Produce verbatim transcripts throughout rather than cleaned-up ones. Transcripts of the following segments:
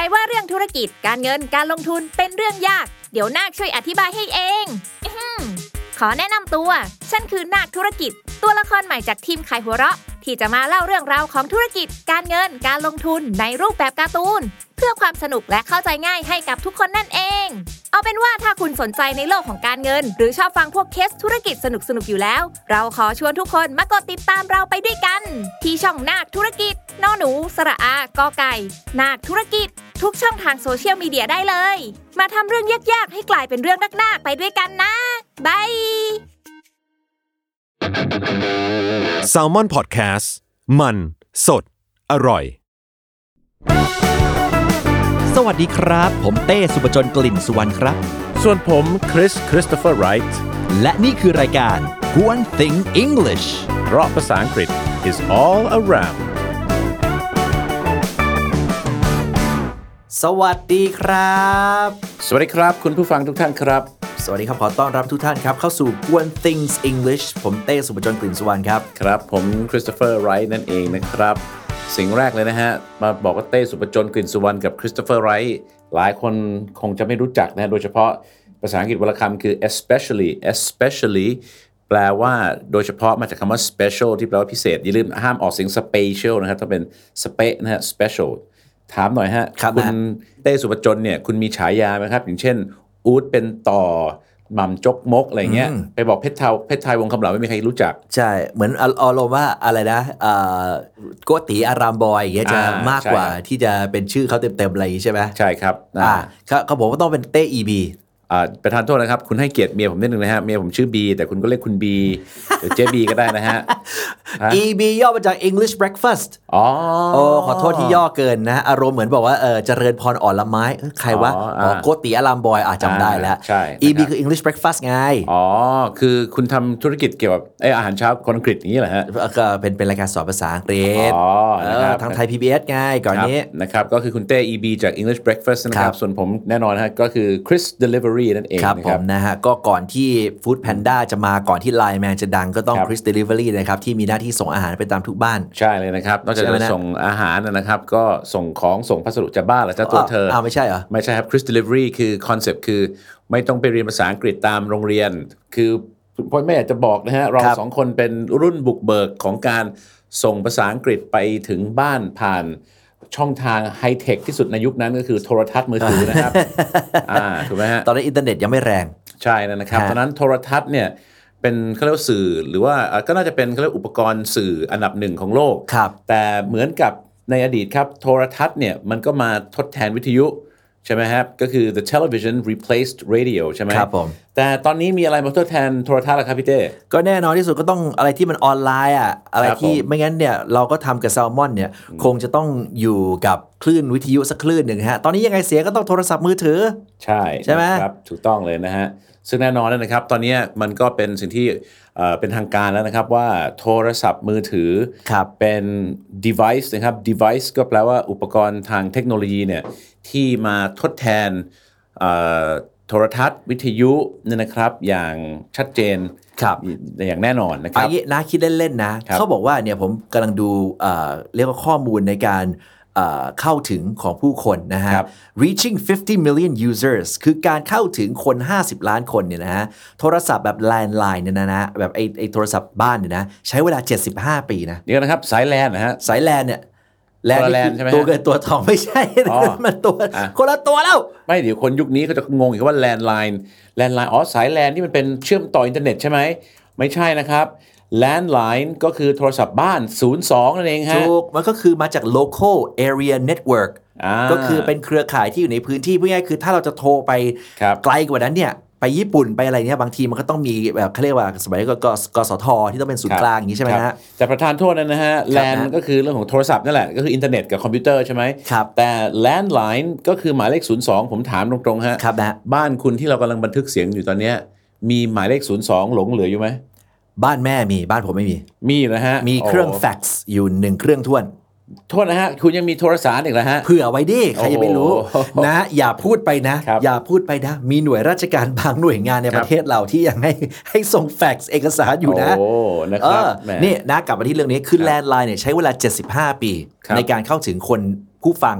ว่าเรื่องธุรกิจการเงินการลงทุนเป็นเรื่องยากเดี๋ยวนาคช่วยอธิบายให้เองขอแนะนำตัวฉันคือนาคธุรกิจตัวละครใหม่จากทีมขายหัวเราะที่จะมาเล่าเรื่องราวของธุรกิจการเงินการลงทุนในรูปแบบการ์ตูนเพื่อความสนุกและเข้าใจง่ายให้กับทุกคนนั่นเองเอาเป็นว่าถ้าคุณสนใจในโลกของการเงินหรือชอบฟังพวกเคสธุรกิจสนุกๆอยู่แล้วเราขอชวนทุกคนมากดติดตามเราไปด้วยกันที่ช่องนาคธุรกิจนอหนูสระอากอไก่นาคธุรกิจทุกช่องทางโซเชียลมีเดียได้เลยมาทำเรื่องยากๆให้กลายเป็นเรื่องน่าๆไปด้วยกันนะบาย Salmon Podcast มันสดอร่อยสวัสดีครับผมเต้สุปจนกลิ่นสุวรรณครับส่วนผมคริสคริสโตเฟอร์ไรท์และนี่คือรายการ One Thing English เพราะภาษาอังกฤษ is all around สวัสดีครับสวัสดีครับคุณผู้ฟังทุกท่านครับสวัสดีครับขอต้อนรับทุกท่านครับเข้าสู่ One Things English ผมเต้สุปจนกลิ่นสุวรรณครับครับผมคริสโตเฟอร์ไรท์นั่นเองนะครับสิ่งแรกเลยนะฮะมาบอกว่าเต้สุปจนกลิ่นสุวรรณกับคริสโตเฟอร์ไรท์หลายคนคงจะไม่รู้จักนะโดยเฉพาะภาษาอังกฤษวรรณคำคือ especially especially แปลว่าโดยเฉพาะมาจากคำว่า special ที่แปลว่าพิเศษอย่าลืมห้ามออกเสียง special นะครับต้องเป็น spe นะฮะ special ถามหน่อยฮะคุณเต้สุปจนเนี่ยคุณมีฉายาไหมครับอย่างเช่นอู๊ดเป็นต่อหม่ำจกมกอะไรเงี้ยไปบอกเพชรไทยเพชรไทยวงคำเหลาไม่มีใครรู้จักใช่เหมือนอารมณ์ว่าอะไรนะโกติอารามบอยอย่างเงี้ยจะมากกว่าที่จะเป็นชื่อเขาเต็มๆอะไรอย่างงี้ใช่ไหมใช่ครับอ่าเขาบอกว่าต้องเป็นเต้อีบีอ่าประธานโทษนะครับคุณให้เกียรติเมียผมนิดนึงนะฮะเมียผมชื่อบีแต่คุณก็เรียกคุณบีหรือเจบีก็ได้นะฮะอี บี ย่อมาจาก English breakfast อ๋อโอ้ขอโทษที่ย่อเกินนะอารมณ์เหมือนบอกว่าเออเจริญพรอ่อนละไม้ใครวะอ๋อโกติอารามบอยอ่ะจำได้แล้ว อี บี คือ English breakfast ไงอ๋อคือคุณทำธุรกิจเกี่ยวกับไออาหารเช้าคนอังกฤษอย่างนี้เหรอฮะก็เป็นเป็นรายการสอนภาษาอังกฤษอ๋อนะครับทางไทย พี บี เอส ไงก่อนนี้นะครับก็คือคุณเต้ อี บี จาก English breakfast นะครับส่วนผมแน่นอนนะฮะก็คือ Chris Delivery นั่นเองครับผมนะฮะก็ก่อนที่ Food Panda จะมาก่อนที่ Line Man จะดังก็ต้อง Chris Delivery นะครับที่มีหน้าที่ส่งอาหารไปตามทุกบ้านใช่เลยนะครับนอกจากจะส่งอาหารนะครับก็ส่งของส่งพัสดุจากบ้านหรือจากตัวเธออ้าวไม่ใช่เหรอไม่ใช่ครับ Chris Delivery คือคอนเซปต์คือไม่ต้องไปเรียนภาษาอังกฤษตามโรงเรียนคือพ่อแม่อยากจะบอกนะฮะเราสองคนเป็นรุ่นบุกเบิกของการส่งภาษาอังกฤษไปถึงบ้านผ่านช่องทางไฮเทคที่สุดในยุคนั้นก็คือโทรทัศน์มือถือนะครับ อ่าถูกไหมฮะตอนนั้นอินเทอร์เน็ตยังไม่แรงใช่นะครับตอนนั้นโทรทัศน์เนี่ยเป็นเขาเรียกว่าสื่อหรือว่าก็น่าจะเป็นเขาเรียกอุปกรณ์สื่ออันดับหนึ่งของโลกแต่เหมือนกับในอดีตครับโทรทัศน์เนี่ยมันก็มาทดแทนวิทยุใช่ไหมครับก็คือ the television replaced radio ใช่ไหมครับผมแต่ตอนนี้มีอะไรมาทดแทนโทรทัศน์ล่ะครับพี่เต้ก็แน่นอนที่สุดก็ต้องอะไรที่มันออนไลน์อ่ะอะไรที่ไม่งั้นเนี่ยเราก็ทำกับแซลมอนเนี่ยคงจะต้องอยู่กับคลื่นวิทยุสักคลื่นหนึ่งฮะตอนนี้ยังไงเสียก็ต้องโทรศัพท์มือถือใช่ใช่ไหมครับถูกต้องเลยนะฮะซึ่งแน่นอนแล้วนะครับตอนนี้มันก็เป็นสิ่งที่เป็นทางการแล้วนะครับว่าโทรศัพท์มือถือเป็น device นะครับ device ก็แปลว่าอุปกรณ์ทางเทคโนโลยีเนี่ยที่มาทดแทนโทรทัศน์วิทยุเนี่ยนะครับอย่างชัดเจนอย่างแน่นอนนะครับอันนี้นะคิดเล่นๆนะเขาบอกว่าเนี่ยผมกำลังดูเรียกว่าข้อมูลในการเข้าถึงของผู้คนนะฮะ reaching fifty million users คือการเข้าถึงคนห้าสิบล้านคนเนี่ยนะฮะโทรศัพท์แบบ landline เนี่ยนะนะแบบไอ้ไอ้โทรศัพท์บ้านเนี่ยนะใช้เวลาเจ็ดสิบห้าปีนะเดี๋ยวนะครับสายแลนนะฮะสายแลนเนี่ยแลนนี่คือตัวเกินตัวทองไม่ใช่มันตัวคนละตัวแล้วไม่เดี๋ยวคนยุคนี้เขาจะงงอีกว่า landline landline อ๋อสายแลนนี่มันเป็นเชื่อมต่ออินเทอร์เน็ตใช่ไหมไม่ใช่นะครับlandline ก็คือโทรศัพท์บ้านศูนย์สองนั่นเองฮะถูกมันก็คือมาจาก local area network ก็คือเป็นเครือข่ายที่อยู่ในพื้นที่พูดง่ายๆคือถ้าเราจะโทรไปไกลกว่านั้นเนี่ยไปญี่ปุ่นไปอะไรเนี่ยบางทีมันก็ต้องมีแบบเขาเรียกว่าสมัยก็กสทที่ต้องเป็นศูนย์กลางอย่างนี้ใช่ไหมฮะแต่ประธานโทษนะฮะ LAN ก็คือเรื่องของโทรศัพท์นั่นแหละก็คืออินเทอร์เน็ตกับคอมพิวเตอร์ใช่ไหมแต่ landline ก็คือหมายเลขศูนย์สองผมถามตรงๆฮะบ้านคุณที่เรากำลังบันทึกเสียงอยู่ตอนนี้มีหมายเลขศูนย์สองหลงเหลืออยู่ไหมบ้านแม่มีบ้านผมไม่มีมีนะฮะมีเครื่องแฟกซ์อยู่หนึ่งเครื่องท้วนโทษนะฮะคุณยังมีโทรสารอีกเหรอฮะเผื่อไว้ดิใครจะไม่รู้นะอย่าพูดไปนะอย่าพูดไปนะมีหน่วยราชการบางหน่วยงานในประเทศเราที่ยังให้ให้ส่งแฟกซ์เอกสารอยู่นะโอ้นะครับนี่นะกลับมาที่เรื่องนี้คือแลนด์ไลน์เนี่ยใช้เวลาเจ็ดสิบห้าปีในการเข้าถึงคนผู้ฟัง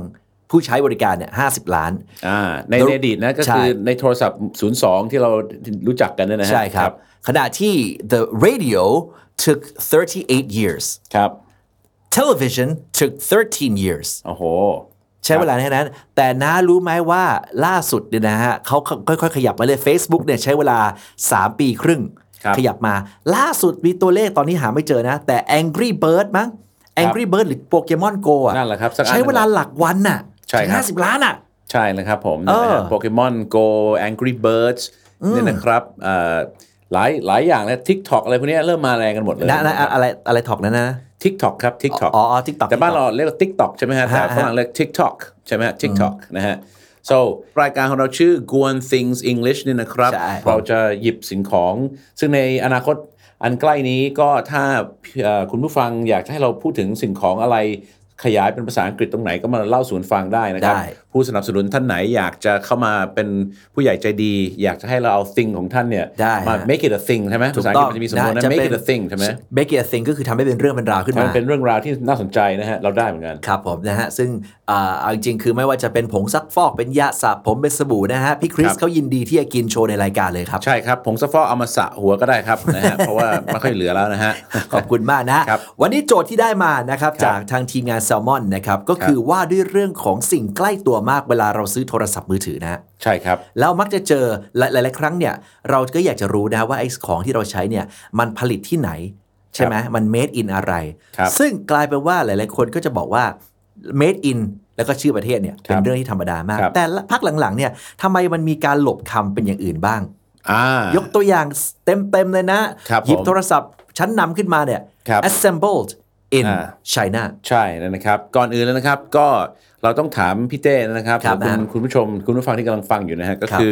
ผู้ใช้บริการเนี่ยห้าสิบล้านอ่าในในอดีตนะก็คือในโทรศัพท์ศูนย์สองที่เรารู้จักกันนะฮะใช่ครับขณะที่ the radio took thirty-eight years ครับ television took thirteen years โอ้โหใช้เวลาแค่นั้นแต่น้ารู้ไหมว่าล่าสุดเนี่ยนะฮะเขาค่อยๆขยับมาเลย Facebook เนี่ยใช้เวลาสามปีครึ่งขยับมาล่าสุดมีตัวเลขตอนนี้หาไม่เจอนะแต่ Angry Bird มั้ง Angry Bird หรือ Pokemon Go อ่ะนั่นแหละครับใช้เวลาหลักวันน่ะห้าสิบล้านอ่ะใช่เลยครับผมโปเกมอน Go Angry Birds เนี่ยนะครับหลายหลายอย่างเลย TikTok อะไรพวกนี้เริ่มมาแรงกันหมดเลยนะอะไรอะไรถอกนั่นนะ TikTok ครับ TikTok อ๋อ TikTok แต่บ้านเราเรียกว่า TikTok ใช่ไหมฮะแต่ฝรั่งเรียก TikTok ใช่ไหมฮะ TikTok นะฮะ so รายการของเราชื่อ Guan Things English นี่นะครับเราจะหยิบสิ่งของซึ่งในอนาคตอันใกล้นี้ก็ถ้าคุณผู้ฟังอยากจะให้เราพูดถึงสิ่งของอะไรขยายเป็นภาษาอังกฤษตรงไหนก็มาเล่าสู่ฟังได้นะครับผู้สนับสนุนท่านไหนอยากจะเข้ามาเป็นผู้ใหญ่ใจดีอยากจะให้เราเอา thing ของท่านเนี่ยมา make it a thing ใช่ไหมภาษาอังกฤษมันจะมีสมมตินะ make it a thing ใช่ไหม make it a thing ก็คือทำให้เป็นเรื่องเป็นราวขึ้นมาเป็นเรื่องราวที่น่าสนใจนะฮะเราได้เหมือนกันครับผมนะฮะซึ่งเอาจริงๆคือไม่ว่าจะเป็นผงซักฟอกเป็นยาสระผมเป็นสบู่นะฮะพี่คริสเขายินดีที่จะกินโชว์ในรายการเลยครับใช่ครับผงซักฟอกเอามาสระหัวก็ได้ครับนะฮะเพราะว่าไม่ค่อยเหลือแล้วนะฮะขอบคุณมากนะวันนี้โจทย์ที่ได้มานะครับจากทางทีมงานแซลมอนนะครับก็คือว่าด้วยเรื่องของสิ่งใกล้ตัวมากเวลาเราซื้อโทรศัพท์มือถือนะใช่ครับแล้วมักจะเจอหลายๆครั้งเนี่ยเราก็อยากจะรู้นะว่าไอ้ของที่เราใช้เนี่ยมันผลิตที่ไหนใช่ไหมมัน made in อะไรซึ่งกลายเป็นว่าหลายๆคนก็จะบอกว่า made in แล้วก็ชื่อประเทศเนี่ยเป็นเรื่องที่ธรรมดามากแต่พักหลังๆเนี่ยทำไมมันมีการหลบคำเป็นอย่างอื่นบ้างยกตัวอย่างเต็มๆเลยนะหยิบโทรศัพท์ชั้นนำขึ้นมาเนี่ย assembled in China ใช่นะครับก่อนอื่นแล้วนะครับก็เราต้องถามพี่เต้นะครับคุณคุณผู้ชมคุณผู้ฟังที่กำลังฟังอยู่นะฮะก็คือ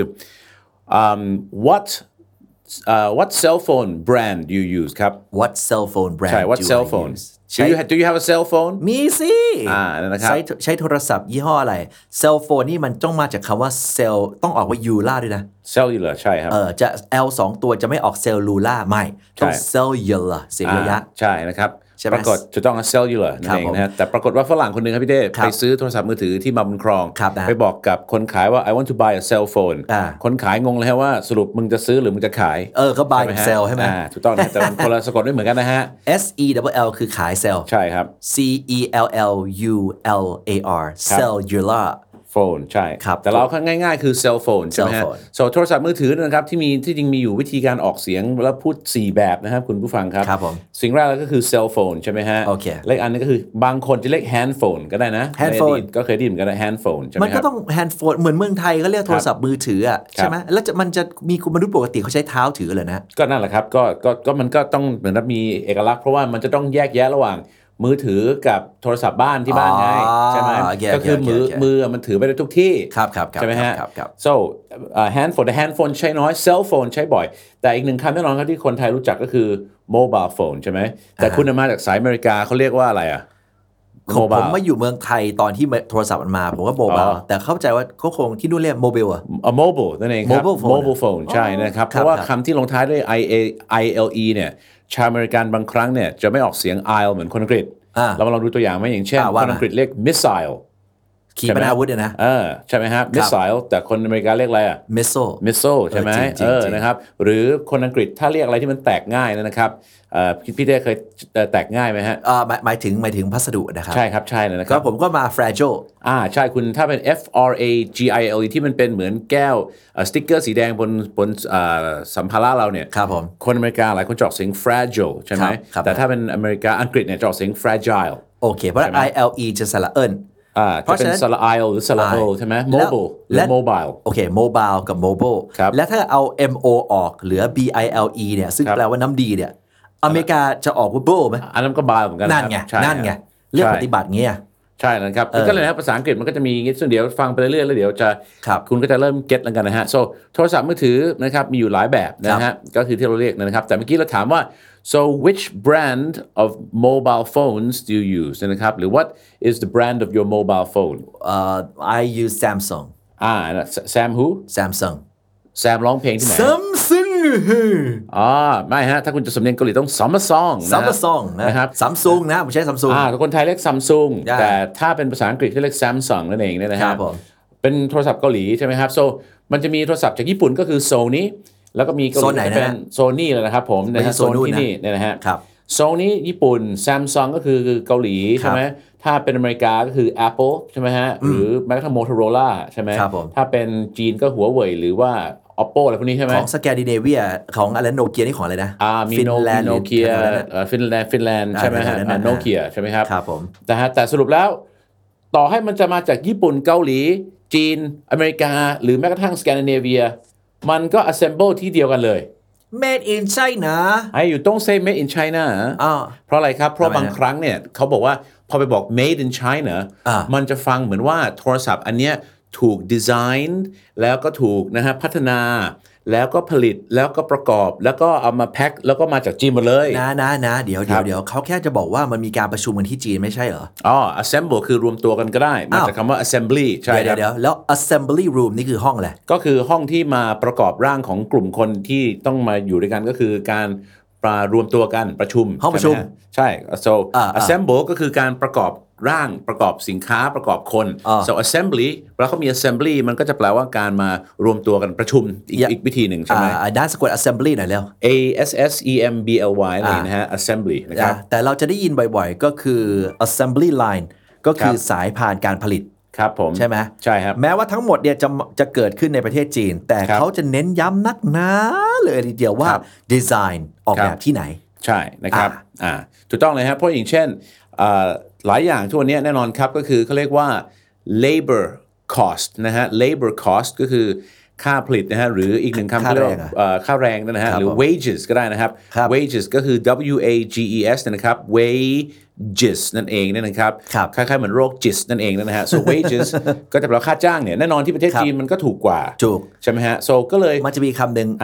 um, what uh, what cell phone brand do you use ครับ what cell phone brand ใช่ what cell phone do you have, do you have a cell phone มีสิอ่านะครับใช้ใช้โทรศัพท์ยี่ห้ออะไร cell phone นี่มันต้องมาจากคำว่า cell ต้องออกว่า cellular ด้วยนะ cellular ใช่ครับเออจะ L สองตัวจะไม่ออก cellular ไม่ต้อง cellular เสียงระยะใช่นะครับปรากฏจะต้อง cellular นั่นเองนะฮะแต่ปรากฏว่าฝรั่งคนหนึ่งครับพี่เต้ไปซื้อโทรศัพท์มือถือที่มาบุญครองไปบอกกับคนขายว่า I want to buy a cell phone คนขายงงเลยว่าสรุปมึงจะซื้อหรือมึงจะขายเออก็ buy กับ sell ใช่ไหมถูกต้องนะแต่มันคนละสะกดไม่เหมือนกันนะฮะ S E L L คือขาย sell ใช่ครับ C E L L U L A R cellular โฟนใช่แต่เราง่ายๆคือเซลโฟนใช่ไหมฮะโซโทรศัพท์มือถือนะครับที่มีที่จริงมีอยู่วิธีการออกเสียงแล้วพูดสี่แบบนะครับคุณผู้ฟังครับครับผมสิ่งแรกก็คือเซลโฟนใช่ไหมฮะโอเคเลขอันนึงก็คือบางคนจะเรียกแฮนด์โฟนก็ได้นะแฮนด์โฟนก็เคยได้ยินเหมือนกันนะแฮนด์โฟนใช่ไหมมันก็ต้องแฮนด์โฟนเหมือนเมืองไทยเขาเรียกโทรศัพท์มือถืออ่ะใช่ไหมแล้วมันจะมีมนุษย์ปกติเขาใช้เท้าถือเลยนะก็นั่นแหละครับก็ก็ก็มันก็ต้องเหมือนกับมีเอกลักษณ์เพราะว่ามันจะต้องแยกแยะระหว่างมือถือกับโทรศัพท์บ้านที่บ้านไงใช่ไหมก็คือมือมือมันถือไปได้ทุกที่ครับครับใช่ไหมฮะ so handphone แต่ handphone ใช้น้อย cell phone ใช้บ่อยแต่อีกหนึ่งคำแน่นอนครับที่คนไทยรู้จักก็คือ mobile phone ใช่ไหมแต่คุณมาจากสายอเมริกาเขาเรียกว่าอะไรอ่ะผมมาอยู่เมืองไทยตอนที่โทรศัพท์มันมาผมก็โมบายแต่เข้าใจว่าเขาคงที่นู่นเรียกโมบิลอะ mobile นั่นเองครับ mobile phone ใช่นะครับเพราะว่าคำที่ลงท้ายด้วย I A I L E เนี่ยชาวอเมริกันบางครั้งเนี่ยจะไม่ออกเสียง I เหมือนคนอังกฤษเรามาลองดูตัวอย่างไหมอย่างเช่นคนอังกฤษเรียก missile ขีปนาวุธเนี่ยนะเออใช่ไหมครับ missile แต่คนอเมริกาเรียกอะไรอ่ะ missile missile ใช่ไหมเออนะครับหรือคนอังกฤษถ้าเรียกอะไรที่มันแตกง่ายนะครับพี่เต้เคยแตกง่ายไหมฮะหมายถึงหมายถึงพัสดุนะครับใช่ครับใช่เลยนะครับผมก็มา fragile อ่าใช่คุณถ้าเป็น F R A G I L E ที่มันเป็นเหมือนแก้วสติ๊กเกอร์สีแดงบนบนสัมภาระเราเนี่ยครับผมคนอเมริกาหลายคนจะออกเสียง fragile ใช่ไหมแต่ถ้าเป็นอเมริกาอังกฤษเนี่ยจะออกเสียง fragile โอเคเพราะ I L E จะสระเอิญอ่าจะเป็นสระ I หรือสระ O ใช่ไหม mobile หรือ mobile โอเค mobile กับ mobile และถ้าเอา M O ออกเหลือ B I L E เนี่ยซึ่งแปลว่าน้ำดีเนี่ยอเมริกาจะออกว่า bull ไหมอันนั้นก็บาเหมือนกันนั่นไงนั่นไงเรื่องปฏิบัติเงี้ยใช่แล้วครับก็เลยนะครับภาษาอังกฤษมันก็จะมีงี้ซึ่งเดี๋ยวฟังไปเรื่อยๆแล้วเดี๋ยวจะคุณก็จะเริ่มเก็ตแล้วกันนะฮะ so โทรศัพท์มือถือนะครับมีอยู่หลายแบบนะฮะก็คือที่เราเรียกนะครับแต่เมื่อกี้เราถามว่า so which brand of mobile phones do you use นะครับหรือ what is the brand of your mobile phone uh, I use Samsung อ่า Sam who Samsung แซมร้องเพลงที่ไหน Samsung อ๋อไม่ฮะถ้าคุณจะสำเนียงเกาหลีต้องซัมเมอร์ซองซัมเมอร์ซองนะครับซัมซุงนะผมใช้ซัมซุงอ่าคนไทยเรียกซัมซุงแต่ถ้าเป็นภาษาอังกฤษเขาเรียก Samsung นั่นเองเนี่ยนะฮะเป็นโทรศัพท์เกาหลีใช่ไหมครับ so มันจะมีโทรศัพท์จากญี่ปุ่นก็คือ Sony แล้วก็มีเกาหลีเป็น Sony เลยนะครับผมนะฮะโซนที่นี่เนี่ยนะฮะ Sony ญี่ปุ่น Samsung ก็คือเกาหลีใช่ไหมถ้าเป็นอเมริกาก็คือ Apple ใช่ไหมฮะหรือแม้กระทั่ง Motorola ใช่ไหมถ้าเป็นจีนก็หัวเว่ยหรือว่า Oppo อะไรพวกนี้ใช่ไหมของสแกนดิเนเวียของอะไรโนเกียนี่ของอะไรนะอ่ามีโนโนเกียฟินแลนด์ฟินแลนด์ใช่ไหมฮะโนเกียใช่ไหมครับครับผมแต่ฮะแต่สรุปแล้วต่อให้มันจะมาจากญี่ปุ่นเกาหลีจีนอเมริกาหรือแม้กระทั่งสแกนดิเนเวียมันก็ assemble ที่เดียวกันเลย made in China ไอ้อยู่ต้อง say made in China อ่าเพราะอะไรครับเพราะบางครั้งเนี่ยเขาบอกว่าพอไปบอก made in China มันจะฟังเหมือนว่าโทรศัพท์อันเนี้ยถูกดีไซน์แล้วก็ถูกนะฮะพัฒนาแล้วก็ผลิตแล้วก็ประกอบแล้วก็เอามาแพ็คแล้วก็มาจากจีนหมดเลยนะนะนะเดี๋ยวเดี๋ยวเดี๋ยวเขาแค่จะบอกว่ามันมีการประชุมกันที่จีนไม่ใช่เหรออ๋อ assemble คือรวมตัวกันก็ได้มาจากคำว่า assembly ใช่เดี๋ยวเดี๋ยวแล้ว assembly room นี่คือห้องอะไรก็คือห้องที่มาประกอบร่างของกลุ่มคนที่ต้องมาอยู่ด้วยกันก็คือการรวมตัวกันประชุมห้องประชุมใช่ so assemble ก็คือการประกอบร่างประกอบสินค้าประกอบคน so assembly เวลาเขามี assembly มันก็จะแปลว่าการมารวมตัวกันประชุมอีกอีกวิธีหนึ่งใช่ไหมด้านสะกด assembly หน่อยเร็ว A S S E M B L Y เลยนะฮะ assembly นะครับแต่เราจะได้ยินบ่อยๆก็คือ assembly line ก็คือสายผ่านการผลิตครับผมใช่ไหมใช่ครับแม้ว่าทั้งหมดเนี่ยจะจะเกิดขึ้นในประเทศจีนแต่เขาจะเน้นย้ำนักหนาเลยทีเดียวว่าดีไซน์ออกแบบที่ไหนใช่นะครับอ่าถูกต้องเลยครับเพราะอย่างเช่นหลายอย่างทุกวันนี้แน่นอนครับก็คือเขาเรียกว่า labor cost นะฮะ labor cost ก็คือค่าผลิตนะฮะหรืออีกหนึ่งคำที่เรียกว่าค่าแรงนะฮะหรือ wages ก็ได้นะครับ wages ก็คือ W A G E S นะครับ wages นั่นเองนะครับคล้ายๆเหมือนโรคจิสนั่นเองนะฮะ so wages ก็จะแปลว่าค่าจ้างเนี่ยแน่นอนที่ประเทศจีนมันก็ถูกกว่าถูกใช่ไหมฮะ so ก็เลยมันจะมีคำหนึ่ง